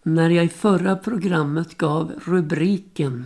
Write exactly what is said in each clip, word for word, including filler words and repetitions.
När jag i förra programmet gav rubriken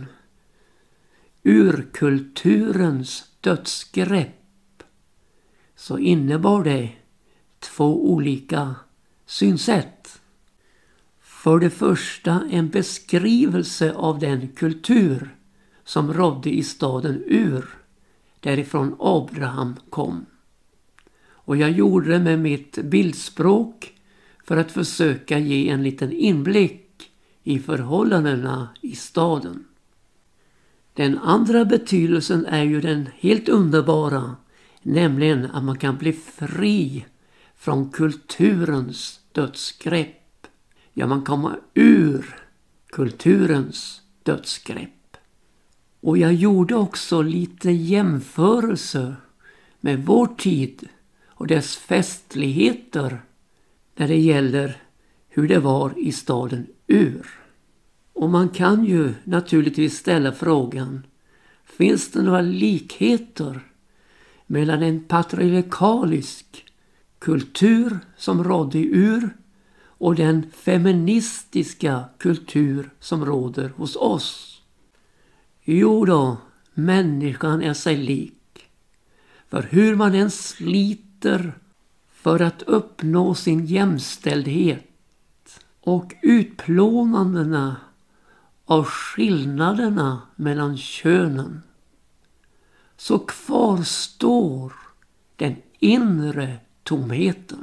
Urkulturens dödsgrepp så innebar det två olika synsätt. För det första en beskrivelse av den kultur som rådde i staden Ur, därifrån Abraham kom. Och jag gjorde det med mitt bildspråk för att försöka ge en liten inblick i förhållandena i staden. Den andra betydelsen är ju den helt underbara, nämligen att man kan bli fri från kulturens dödsgrepp. Ja, man kommer ur kulturens dödsgrepp. Och jag gjorde också lite jämförelser med vår tid och dess festligheter när det gäller hur det var i staden Ur. Och man kan ju naturligtvis ställa frågan, finns det några likheter mellan en patriarkalisk kultur som rådde i Ur och den feministiska kultur som råder hos oss? Jo då, människan är sig lik. För hur man än sliter för att uppnå sin jämställdhet och utplånandena av skillnaderna mellan könen, så kvarstår den inre tomheten,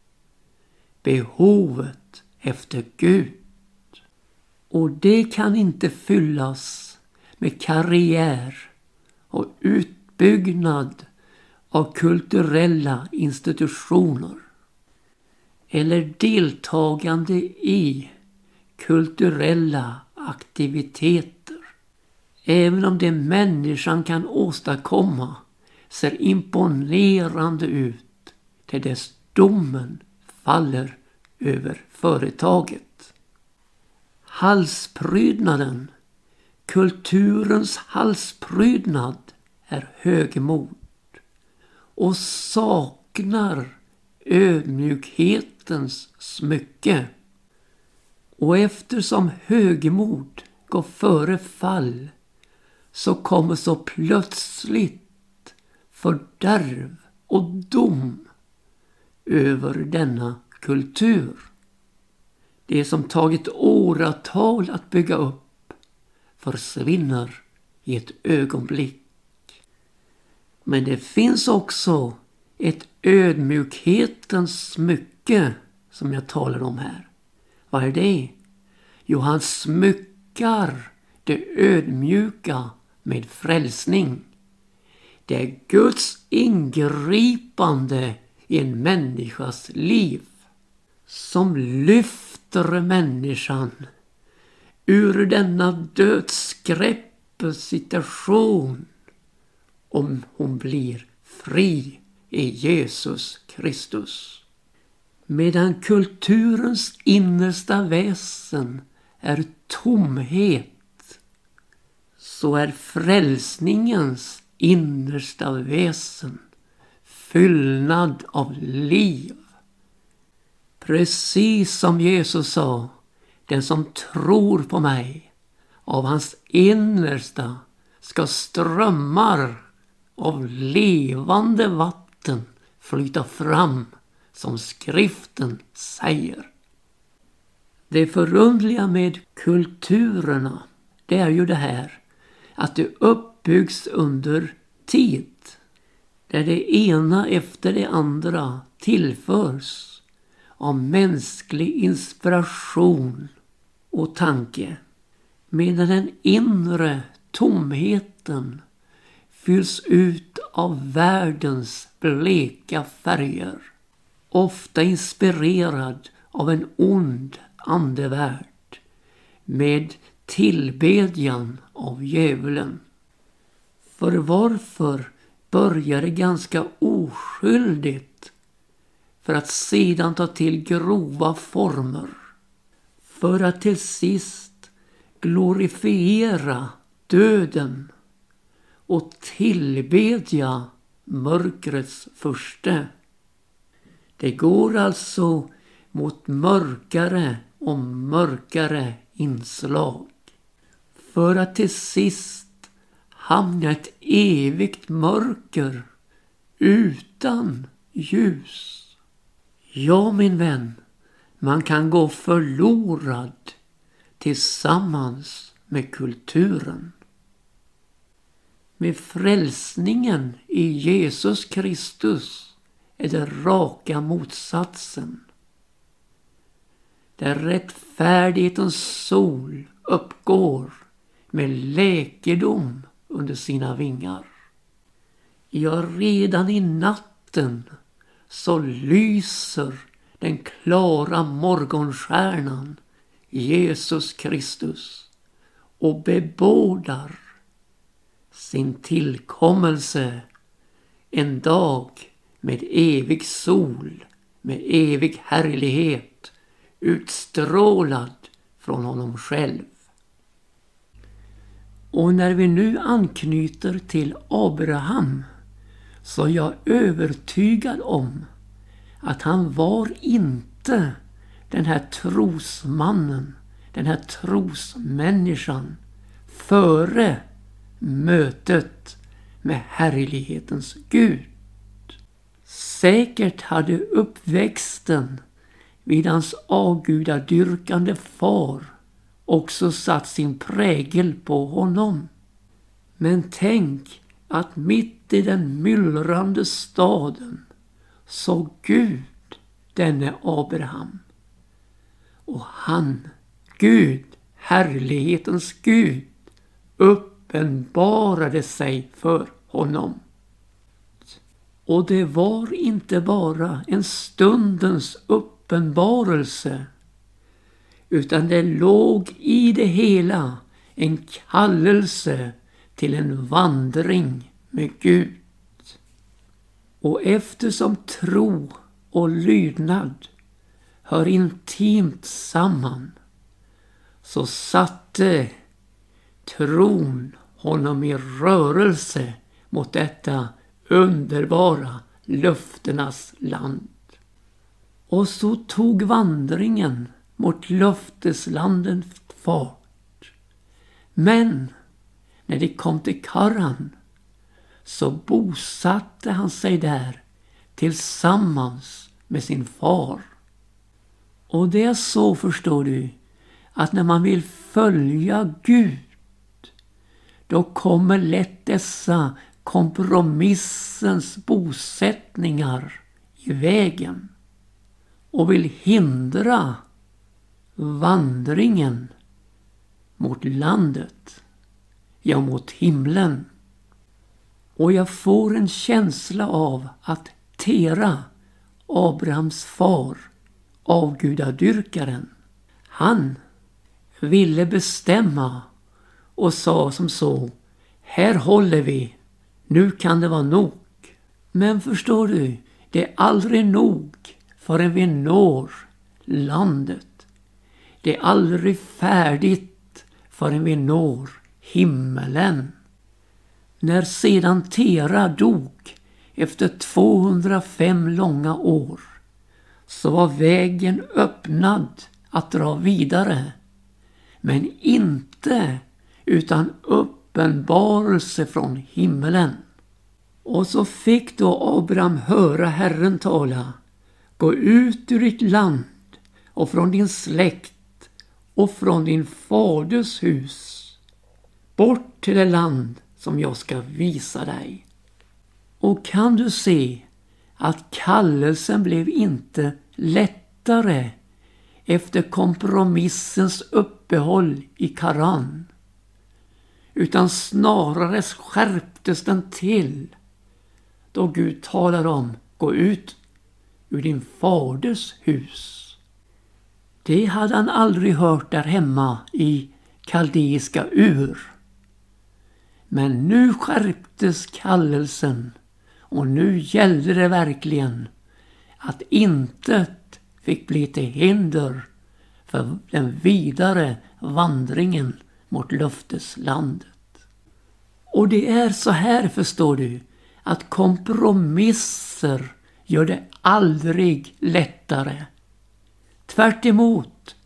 behovet efter Gud. Och det kan inte fyllas med karriär och utbyggnad av kulturella institutioner eller deltagande i kulturella aktiviteter. Även om det människan kan åstadkomma ser imponerande ut till dess domen faller över företaget. Halsprydnaden, kulturens halsprydnad, är högmod och saknar ödmjukhetens smycke. Och eftersom högmod går före fall så kommer så plötsligt fördärv och dom över denna kultur. Det som tagit åratal att bygga upp försvinner i ett ögonblick. Men det finns också ett ödmjukhetens smycke som jag talar om här. Vad är det? Jo, han smyckar det ödmjuka med frälsning. Det är Guds ingripande i en människas liv som lyfter människan ur denna dödsskräppesituation om hon blir fri i Jesus Kristus. Medan kulturens innersta väsen är tomhet, så är frälsningens innersta väsen fyllnad av liv. Precis som Jesus sa, den som tror på mig, av hans innersta ska strömmar av levande vatten flyta fram, som skriften säger. Det förundliga med kulturerna, det är ju det här att det uppbyggs under tid, där det ena efter det andra tillförs av mänsklig inspiration och tanke, medan den inre tomheten fylls ut av världens bleka färger, ofta inspirerad av en ond andevärld med tillbedjan av djävulen. För varför börjar det ganska oskyldigt för att sedan ta till grova former, för att till sist glorifiera döden och tillbedja mörkrets furste. Det går alltså mot mörkare och mörkare inslag. För att till sist hamna ett evigt mörker utan ljus. Ja, min vän, man kan gå förlorad tillsammans med kulturen. Med frälsningen i Jesus Kristus är det raka motsatsen. Där rättfärdighetens sol uppgår med läkedom under sina vingar. Ja, redan i natten så lyser den klara morgonstjärnan Jesus Kristus och bebådar sin tillkommelse en dag med evig sol, med evig härlighet utstrålad från honom själv. Och när vi nu anknyter till Abraham så är jag övertygad om att han var inte den här trosmannen, den här trosmänniskan före mötet med härlighetens Gud. Säkert hade uppväxten vid hans avgudadyrkande far också satt sin prägel på honom. Men tänk att mitt i den myllrande staden såg Gud denne Abraham. Och han, Gud, härlighetens Gud, uppenbarade sig för honom. Och det var inte bara en stundens uppenbarelse, utan det låg i det hela en kallelse till en vandring med Gud. Och eftersom tro och lydnad hör intimt samman, så satte tron honom i rörelse mot detta underbara löftenas land. Och så tog vandringen mot löfteslandet fart. Men när de kom till Karan så bosatte han sig där tillsammans med sin far. Och det är så, förstår du, att när man vill följa Gud, då kommer lätt dessa kompromissens bosättningar i vägen och vill hindra vandringen mot landet, ja, mot himlen. Och jag får en känsla av att Tera, Abrahams far, avgudadyrkaren, han ville bestämma och sa som så: här håller vi, nu kan det vara nog. Men förstår du, det är aldrig nog förrän vi når landet. Det är aldrig färdigt förrän vi når himmelen. När sedan Tera dog efter tvåhundrafem långa år, så var vägen öppnad att dra vidare. Men inte utan uppenbarelse från himmelen. Och så fick då Abraham höra Herren tala: gå ut ur ditt land och från din släkt och från din faders hus, bort till det land som jag ska visa dig. Och kan du se att kallelsen blev inte lättare efter kompromissens uppehåll i Karan, utan snarare skärptes den till då Gud talar om: gå ut ur din faders hus. Det hade han aldrig hört där hemma i kaldeiska Ur. Men nu skärptes kallelsen, och nu gällde det verkligen att intet fick bli till hinder för den vidare vandringen mot löfteslandet. Och det är så här, förstår du, att kompromisser gör det aldrig lättare. Tvärt emot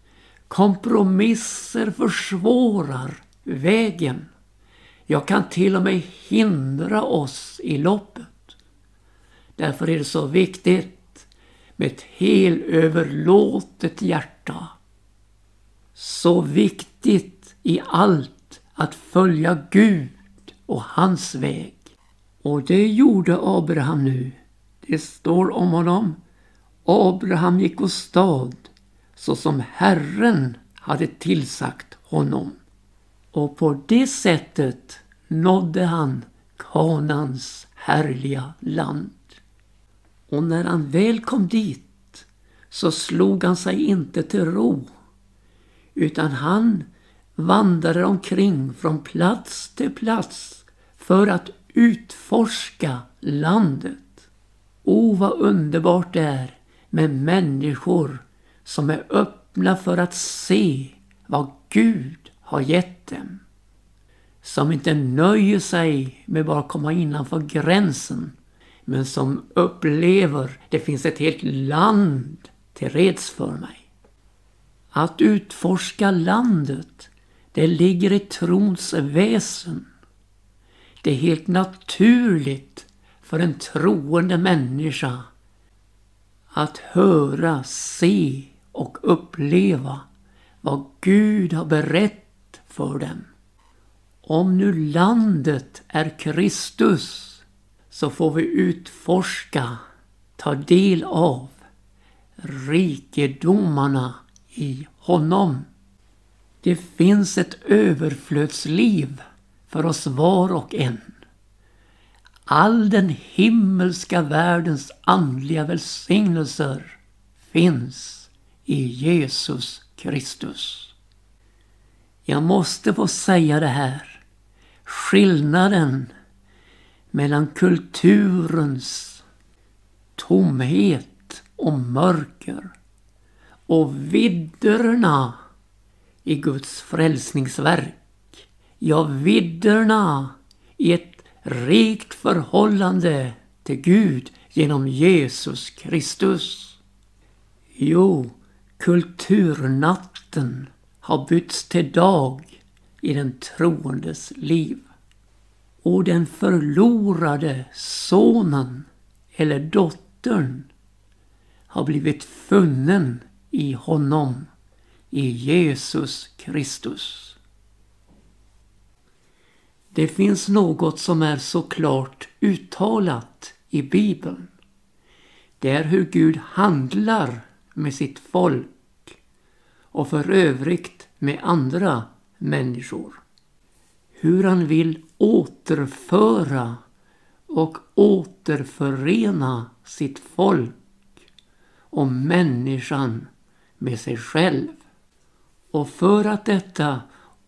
Kompromisser försvårar vägen. Jag kan till och med hindra oss i loppet. Därför är det så viktigt med ett helöverlåtet hjärta. Så viktigt i allt att följa Gud och hans väg. Och det gjorde Abraham nu. Det står om honom. Abraham gick åstad så som Herren hade tillsagt honom. Och på det sättet nådde han Kanans härliga land. Och när han väl kom dit så slog han sig inte till ro, utan han vandrade omkring från plats till plats för att utforska landet. O, vad underbart det är med människor som är öppna för att se vad Gud har gett dem. Som inte nöjer sig med bara komma innanför gränsen, men som upplever det finns ett helt land till reds för mig. Att utforska landet, det ligger i trons väsen. Det är helt naturligt för en troende människa att höra, se och uppleva vad Gud har berättat för dem. Om nu landet är Kristus, så får vi utforska, ta del av rikedomarna i honom. Det finns ett överflödsliv för oss var och en. All den himmelska världens andliga välsignelser finns i Jesus Kristus. Jag måste få säga det här. Skillnaden mellan kulturens tomhet och mörker och vidderna i Guds frälsningsverk. Ja, vidderna i ett rikt förhållande till Gud genom Jesus Kristus. Jo, kulturnatten har bytts till dag i den troendes liv. Och den förlorade sonen eller dottern har blivit funnen i honom, i Jesus Kristus. Det finns något som är så klart uttalat i Bibeln. Det är hur Gud handlar med sitt folk och för övrigt med andra människor. Hur han vill återföra och återförena sitt folk och människan med sig själv. Och för att detta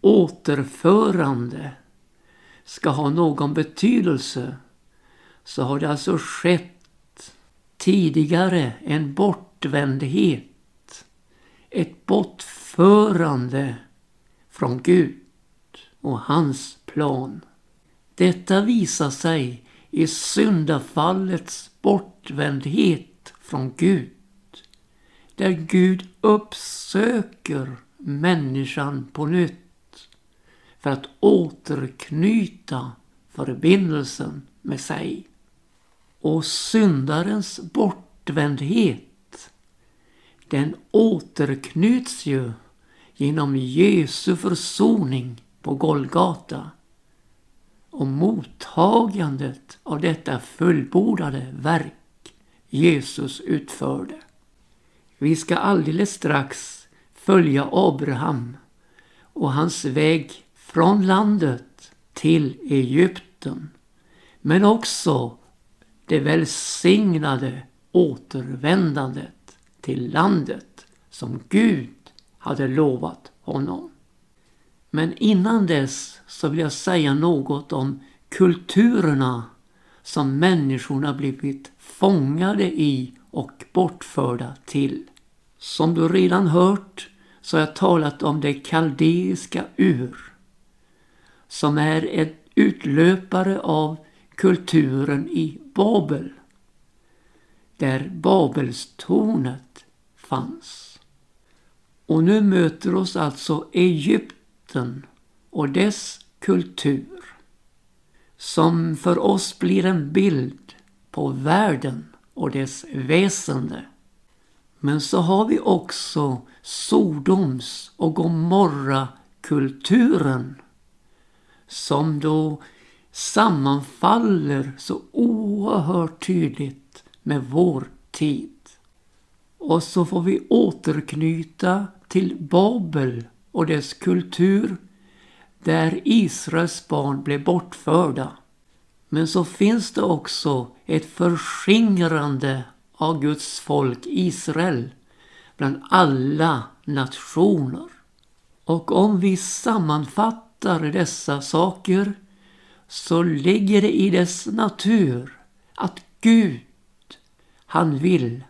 återförande ska ha någon betydelse så har det alltså skett tidigare en bortvändhet, ett bortförande från Gud och hans plan. Detta visar sig i syndafallets bortvändhet från Gud, där Gud uppsöker människan på nytt för att återknyta förbindelsen med sig. Och syndarens bortvändhet, den återknyts ju genom Jesu försoning på Golgata och mottagandet av detta fullbordade verk Jesus utförde. Vi ska alldeles strax följa Abraham och hans väg från landet till Egypten, men också det välsignade återvändandet till landet som Gud hade lovat honom. Men innan dess så vill jag säga något om kulturerna som människorna blivit fångade i och bortförda till. Som du redan hört så har jag talat om det kaldeiska ur, som är ett utlöpare av kulturen i Babel, där Babelstornet fanns. Och nu möter oss alltså Egypten och dess kultur, som för oss blir en bild på världen och dess väsende. Men så har vi också Sodoms och Gomorra-kulturen, som då sammanfaller så oerhört tydligt med vår tid. Och så får vi återknyta till Babel och dess kultur, där Israels barn blev bortförda. Men så finns det också ett förskingrande av Guds folk Israel bland alla nationer. Och om vi sammanfattar dessa saker, så ligger det i dess natur att Gud, han vill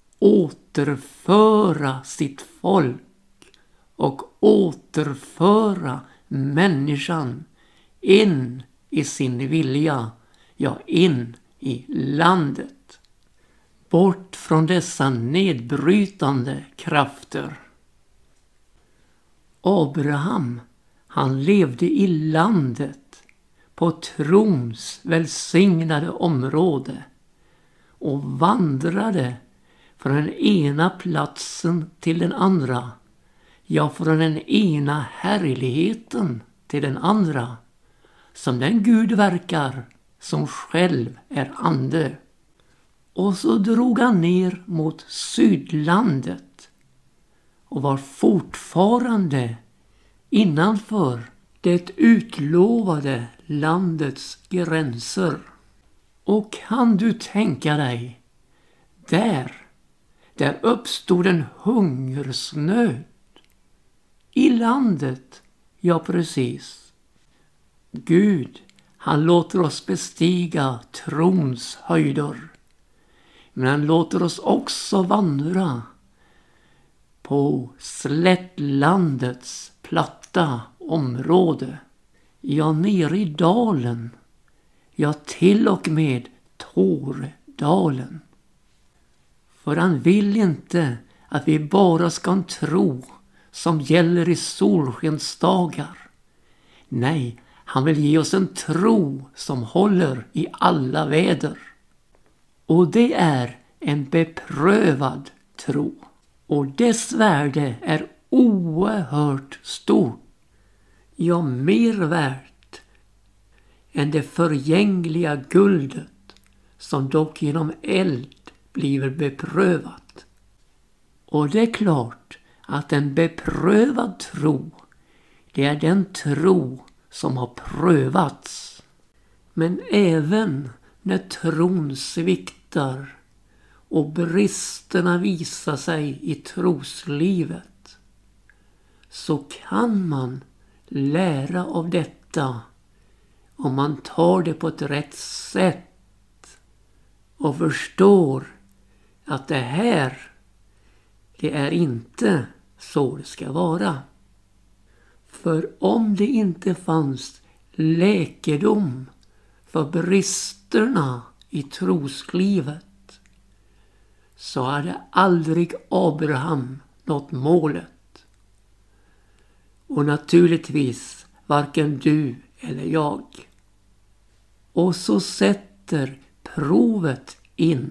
återföra sitt folk och återföra människan in i sin vilja, ja, in i landet. Bort från dessa nedbrytande krafter. Abraham, han levde i landet på trons välsignade område och vandrade från den ena platsen till den andra, ja, från den ena härligheten till den andra, som den Gud verkar som själv är ande. Och så drog han ner mot sydlandet och var fortfarande innanför det utlovade landets gränser. Och kan du tänka dig, där, där uppstod en hungersnöd. I landet, ja precis. Gud, han låter oss bestiga trons höjder. Men han låter oss också vandra på slättlandets platta område. Ja, ner i dalen. Ja, till och med Tårdalen. För han vill inte att vi bara ska en tro som gäller i solskensdagar. Nej, han vill ge oss en tro som håller i alla väder. Och det är en beprövad tro. Och dess värde är oerhört stort. Ja, mer värt än det förgängliga guldet som dock genom eld blir beprövat. Och det är klart att en beprövad tro, det är den tro som har prövats. Men även när tron sviktar och bristerna visar sig i troslivet, så kan man lära av detta om man tar det på ett rätt sätt och förstår att det här, det är inte så det ska vara. För om det inte fanns läkedom för bristerna i troslivet, så hade aldrig Abraham nått målet. Och naturligtvis varken du eller jag. Och så sätter provet in.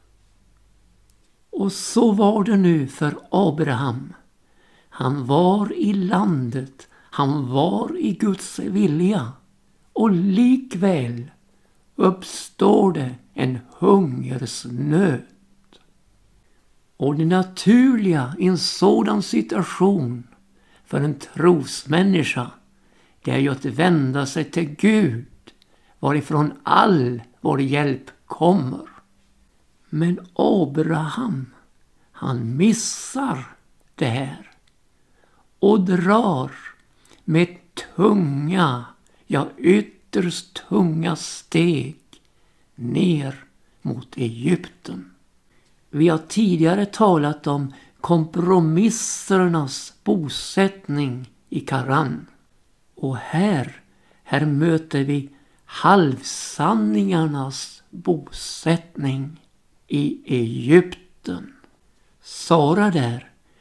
Och så var det nu för Abraham. Han var i landet, han var i Guds vilja. Och likväl uppstår det en hungersnöd. Och det naturliga i en sådan situation för en trosmänniska, det är ju att vända sig till Gud, varifrån all vår hjälp kommer. Men Abraham, han missar det här och drar med tunga, ja ytterst tunga steg ner mot Egypten. Vi har tidigare talat om kompromissernas bosättning i Karan. Och här, här möter vi halvsanningarnas bosättning i Egypten. Sara där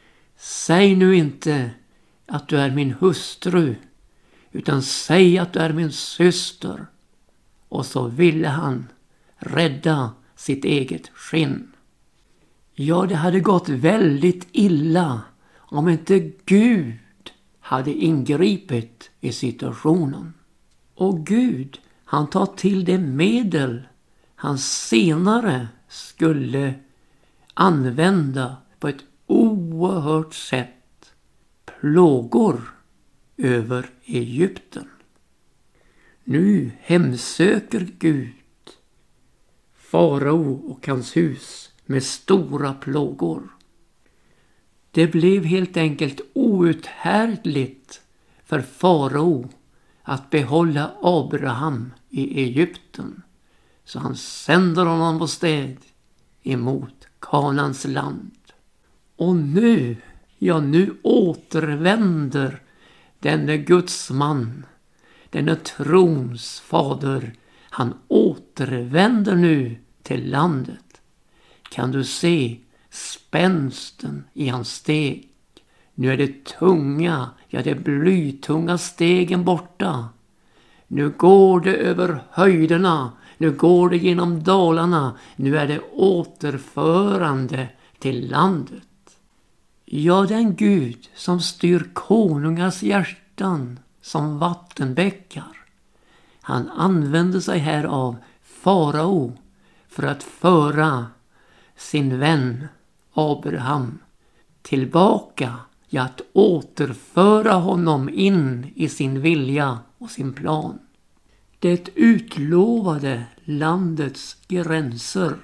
säg nu inte att du är min hustru, utan säg att du är min syster. Och så ville han rädda sitt eget skinn. Ja, det hade gått väldigt illa om inte Gud hade ingripit i situationen. Och Gud, han tar till det medel han senare skulle använda på ett oerhört sätt. Plågor över Egypten. Nu hemsöker Gud farao och hans hus med stora plågor. Det blev helt enkelt outhärdligt för farao att behålla Abraham i Egypten. Så han sänder honom på sted emot Kanans land. Och nu, ja nu återvänder denne Guds man, denne trons fader. Han återvänder nu till landet. Kan du se spänsten i hans steg? Nu är det tunga, ja det blytunga stegen borta. Nu går det över höjderna, nu går det genom dalarna, nu är det återförande till landet. Ja, den Gud som styr konungars hjärtan som vattenbäckar. Han använder sig här av farao för att föra sin vän Abraham tillbaka, ja att återföra honom in i sin vilja och sin plan. Det utlovade landets gränser.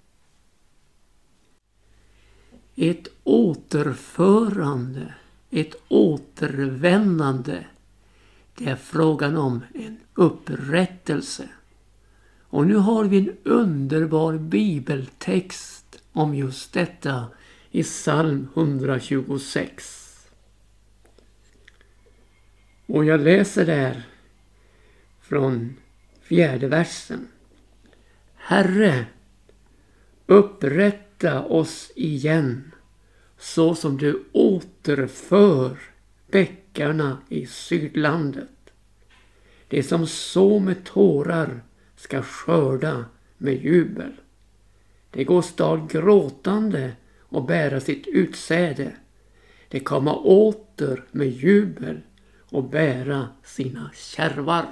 Ett återförande, ett återvändande. Det är frågan om en upprättelse. Och nu har vi en underbar bibeltext om just detta i psalm etthundratjugosex. Och jag läser där från fjärde versen. Herre, upprätta oss igen så som du återför bäckarna i sydlandet. Det som så med tårar ska skörda med jubel. Det går stad gråtande och bära sitt utsäde. Det kommer åter med jubel och bära sina kärvar.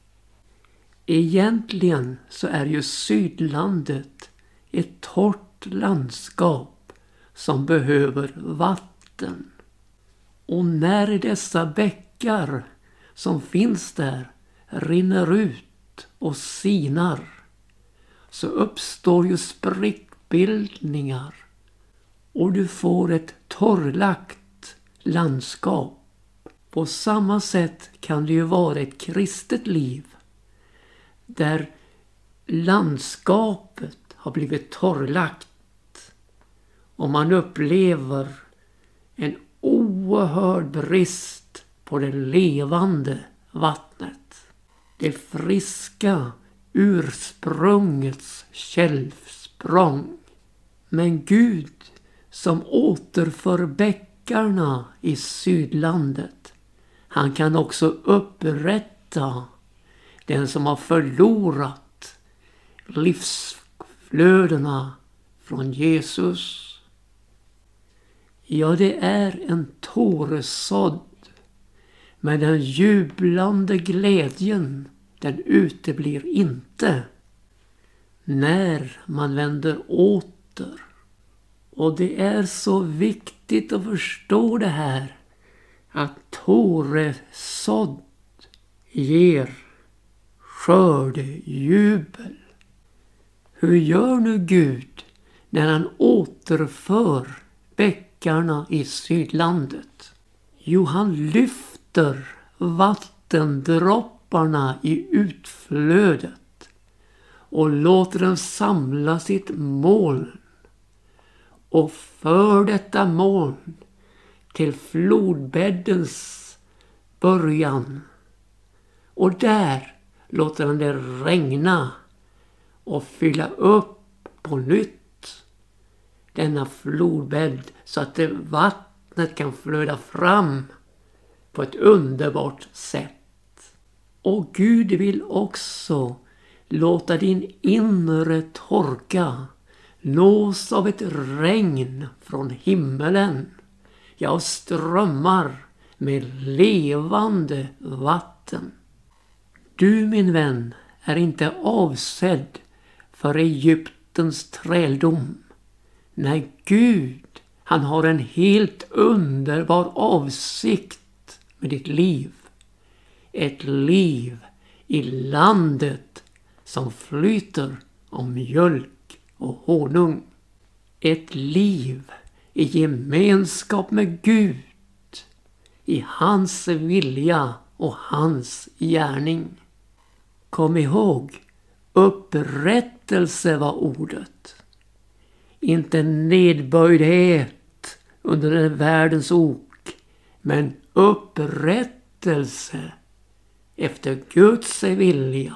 Egentligen så är ju sydlandet ett torrt landskap som behöver vatten. Och när dessa bäckar som finns där rinner ut och sinar, så uppstår ju sprickbildningar och du får ett torrlagt landskap. På samma sätt kan det ju vara ett kristet liv där landskapet har blivit torrlagt och man upplever en oerhörd brist på det levande vattnet. Det friska ursprungets källsprång. Men Gud som återför bäckarna i sydlandet, han kan också upprätta den som har förlorat livsflödena från Jesus. Ja, det är en tåresådd, men den jublande glädjen, den uteblir inte när man vänder åter. Och det är så viktigt att förstå det här, att tåresådd ger skördejubel. Hur gör nu Gud när han återför bäckarna i sydlandet? Jo, han lyfter vattendropparna i utflödet och låter dem samla sitt moln och för detta moln till flodbäddens början. Och där låter han det regna och fylla upp på nytt denna flodbädd så att det vattnet vattnet kan flöda fram på ett underbart sätt. Och Gud vill också låta din inre torka nås av ett regn från himmelen. Ja, av strömmar med levande vatten. Du, min vän, är inte avsedd för Egyptens träldom. Nej, Gud, han har en helt underbar avsikt med ditt liv. Ett liv i landet som flyter om mjölk och honung. Ett liv i gemenskap med Gud, i hans vilja och hans gärning. Kom ihåg, upprättelse var ordet. Inte nedböjdhet under den världens ok, men upprättelse efter Guds vilja.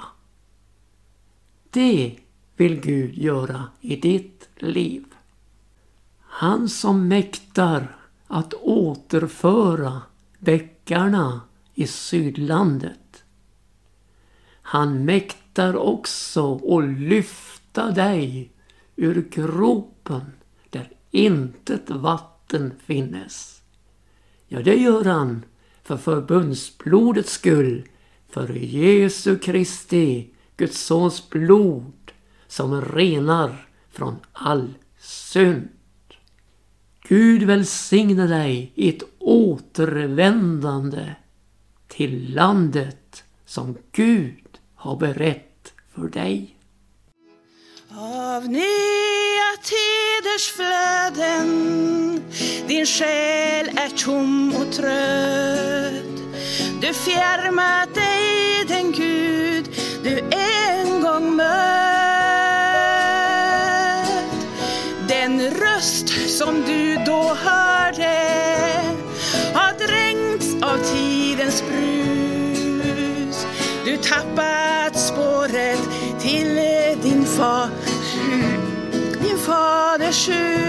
Det vill Gud göra i ditt liv. Han som mäktar att återföra bäckarna i Sydlandet. Han mäktar också att lyfta dig ur gropen där intet vatten finnes. Ja, det gör han för förbundsblodets skull, för Jesu Kristi, Guds sons blod, som renar från all synd. Gud välsigne dig i ett återvändande till landet som Gud har berett för dig. Av nya tiders flöden din själ är tom och trött. Du fjärmat dig den Gud du en gång mött. Den röst som du då hörde har dränkts av tidens brus. Du tappat spåret till din far, din faders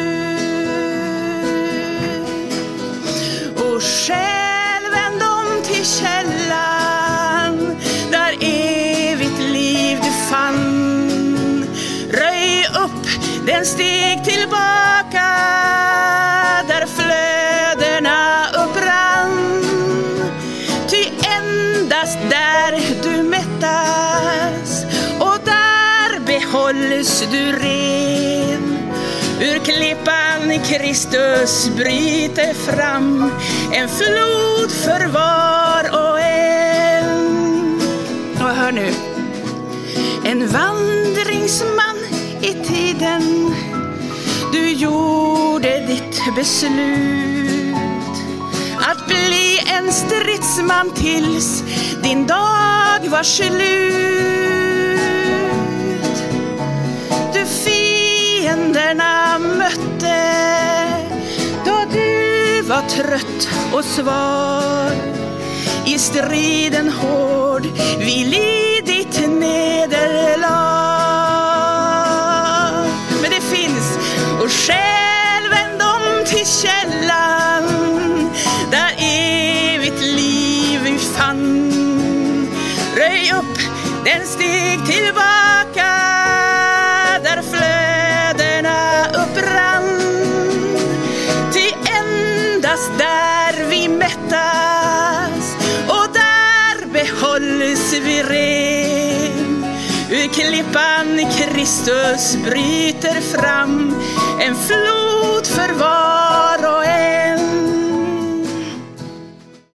hus. Och själv vänd om till källan där evigt liv du fann. Röj upp den steg tillbaka där flödena upprann. Ty endast där du mättas och där behålls du ren. Ur klippan Kristus bryter fram en flod för var och en. Och hör nu, en vandringsman i tiden, du gjorde ditt beslut att bli en stridsman tills din dag var slut. Du fienderna mötte då du var trött och svag. I striden hård vill i ditt nederlag. Men det finns, och själv vänd om till källan där evigt liv vi fann. Röj upp den steg tillbaka där flödena upprann. Ty endast där vi mättas och där behålls vi ren. Ur klippan Kristus bryter fram en flod för var